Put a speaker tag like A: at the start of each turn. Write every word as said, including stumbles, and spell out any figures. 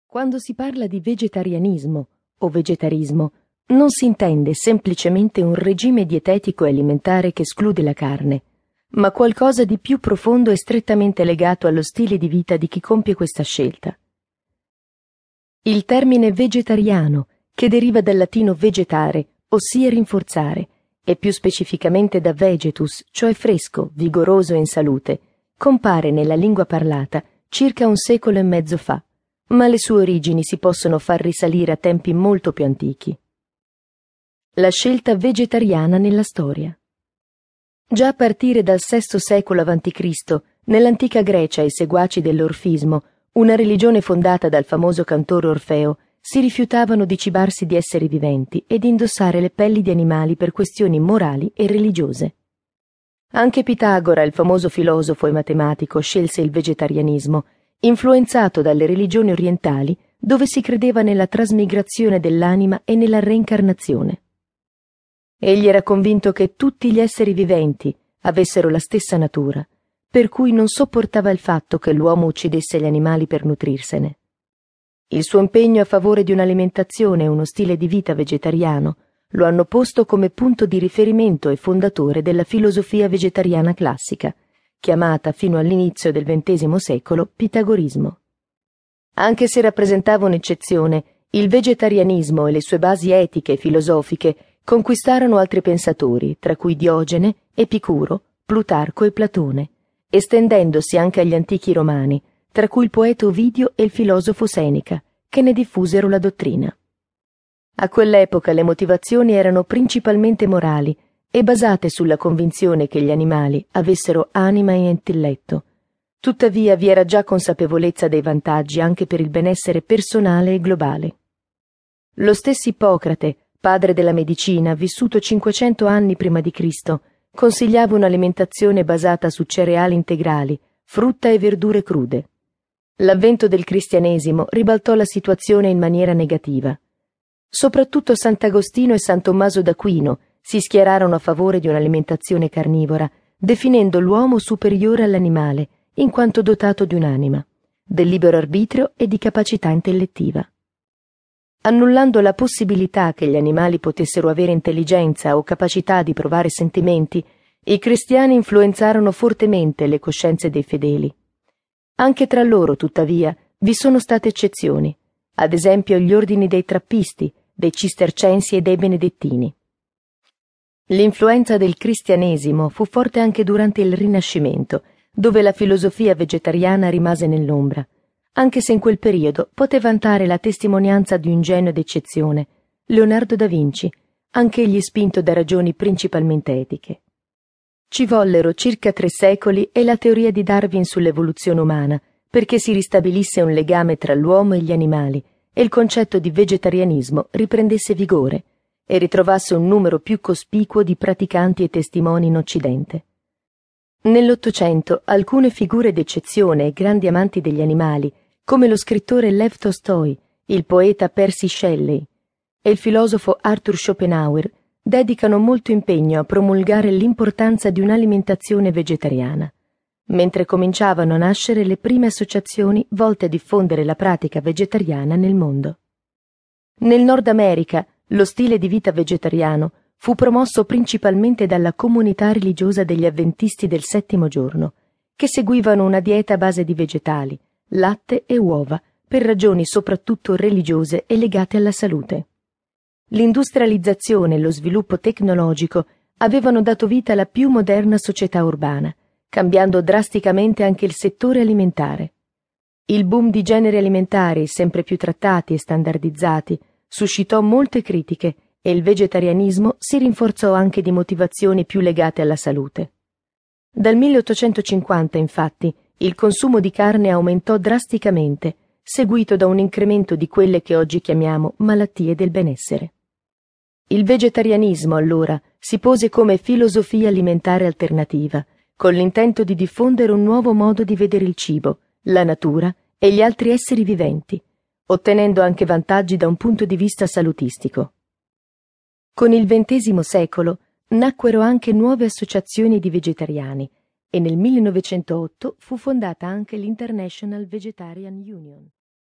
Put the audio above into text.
A: Quando si parla di vegetarianismo o vegetarismo, non si intende semplicemente un regime dietetico e alimentare che esclude la carne, ma qualcosa di più profondo e strettamente legato allo stile di vita di chi compie questa scelta. Il termine vegetariano, che deriva dal latino vegetare, ossia rinforzare, e più specificamente da vegetus, cioè fresco, vigoroso e in salute, compare nella lingua parlata circa un secolo e mezzo fa, ma le sue origini si possono far risalire a tempi molto più antichi. La scelta vegetariana nella storia. Già a partire dal sesto secolo avanti Cristo, nell'antica Grecia i seguaci dell'orfismo, una religione fondata dal famoso cantore Orfeo, si rifiutavano di cibarsi di esseri viventi e di indossare le pelli di animali per questioni morali e religiose. Anche Pitagora, il famoso filosofo e matematico, scelse il vegetarianismo, influenzato dalle religioni orientali, dove si credeva nella trasmigrazione dell'anima e nella reincarnazione. Egli era convinto che tutti gli esseri viventi avessero la stessa natura, per cui non sopportava il fatto che l'uomo uccidesse gli animali per nutrirsene. Il suo impegno a favore di un'alimentazione e uno stile di vita vegetariano lo hanno posto come punto di riferimento e fondatore della filosofia vegetariana classica, chiamata fino all'inizio del ventesimo secolo pitagorismo. Anche se rappresentava un'eccezione, il vegetarianismo e le sue basi etiche e filosofiche conquistarono altri pensatori, tra cui Diogene, Epicuro, Plutarco e Platone, estendendosi anche agli antichi romani, tra cui il poeta Ovidio e il filosofo Seneca, che ne diffusero la dottrina. A quell'epoca le motivazioni erano principalmente morali e basate sulla convinzione che gli animali avessero anima e intelletto. Tuttavia vi era già consapevolezza dei vantaggi anche per il benessere personale e globale. Lo stesso Ippocrate, padre della medicina, vissuto cinquecento anni prima di Cristo, consigliava un'alimentazione basata su cereali integrali, frutta e verdure crude. L'avvento del cristianesimo ribaltò la situazione in maniera negativa. Soprattutto Sant'Agostino e San Tommaso d'Aquino si schierarono a favore di un'alimentazione carnivora, definendo l'uomo superiore all'animale, in quanto dotato di un'anima, del libero arbitrio e di capacità intellettiva. Annullando la possibilità che gli animali potessero avere intelligenza o capacità di provare sentimenti, i cristiani influenzarono fortemente le coscienze dei fedeli. Anche tra loro, tuttavia, vi sono state eccezioni, ad esempio gli ordini dei trappisti, dei cistercensi e dei benedettini. L'influenza del cristianesimo fu forte anche durante il Rinascimento, dove la filosofia vegetariana rimase nell'ombra, anche se in quel periodo poté vantare la testimonianza di un genio d'eccezione, Leonardo da Vinci, anch'egli spinto da ragioni principalmente etiche. Ci vollero circa tre secoli e la teoria di Darwin sull'evoluzione umana, perché si ristabilisse un legame tra l'uomo e gli animali e il concetto di vegetarianismo riprendesse vigore e ritrovasse un numero più cospicuo di praticanti e testimoni in Occidente. Nell'Ottocento alcune figure d'eccezione e grandi amanti degli animali, come lo scrittore Lev Tolstoi, il poeta Percy Shelley e il filosofo Arthur Schopenhauer, dedicano molto impegno a promulgare l'importanza di un'alimentazione vegetariana, mentre cominciavano a nascere le prime associazioni volte a diffondere la pratica vegetariana nel mondo. Nel Nord America, lo stile di vita vegetariano fu promosso principalmente dalla comunità religiosa degli avventisti del settimo giorno, che seguivano una dieta a base di vegetali, latte e uova, per ragioni soprattutto religiose e legate alla salute. L'industrializzazione e lo sviluppo tecnologico avevano dato vita alla più moderna società urbana, cambiando drasticamente anche il settore alimentare. Il boom di generi alimentari sempre più trattati e standardizzati suscitò molte critiche e il vegetarianismo si rinforzò anche di motivazioni più legate alla salute. Dal milleottocentocinquanta, infatti, il consumo di carne aumentò drasticamente, seguito da un incremento di quelle che oggi chiamiamo malattie del benessere. Il vegetarianismo, allora, si pose come filosofia alimentare alternativa, con l'intento di diffondere un nuovo modo di vedere il cibo, la natura e gli altri esseri viventi, ottenendo anche vantaggi da un punto di vista salutistico. Con il ventesimo secolo nacquero anche nuove associazioni di vegetariani e nel millenovecentootto fu fondata anche l'International Vegetarian Union.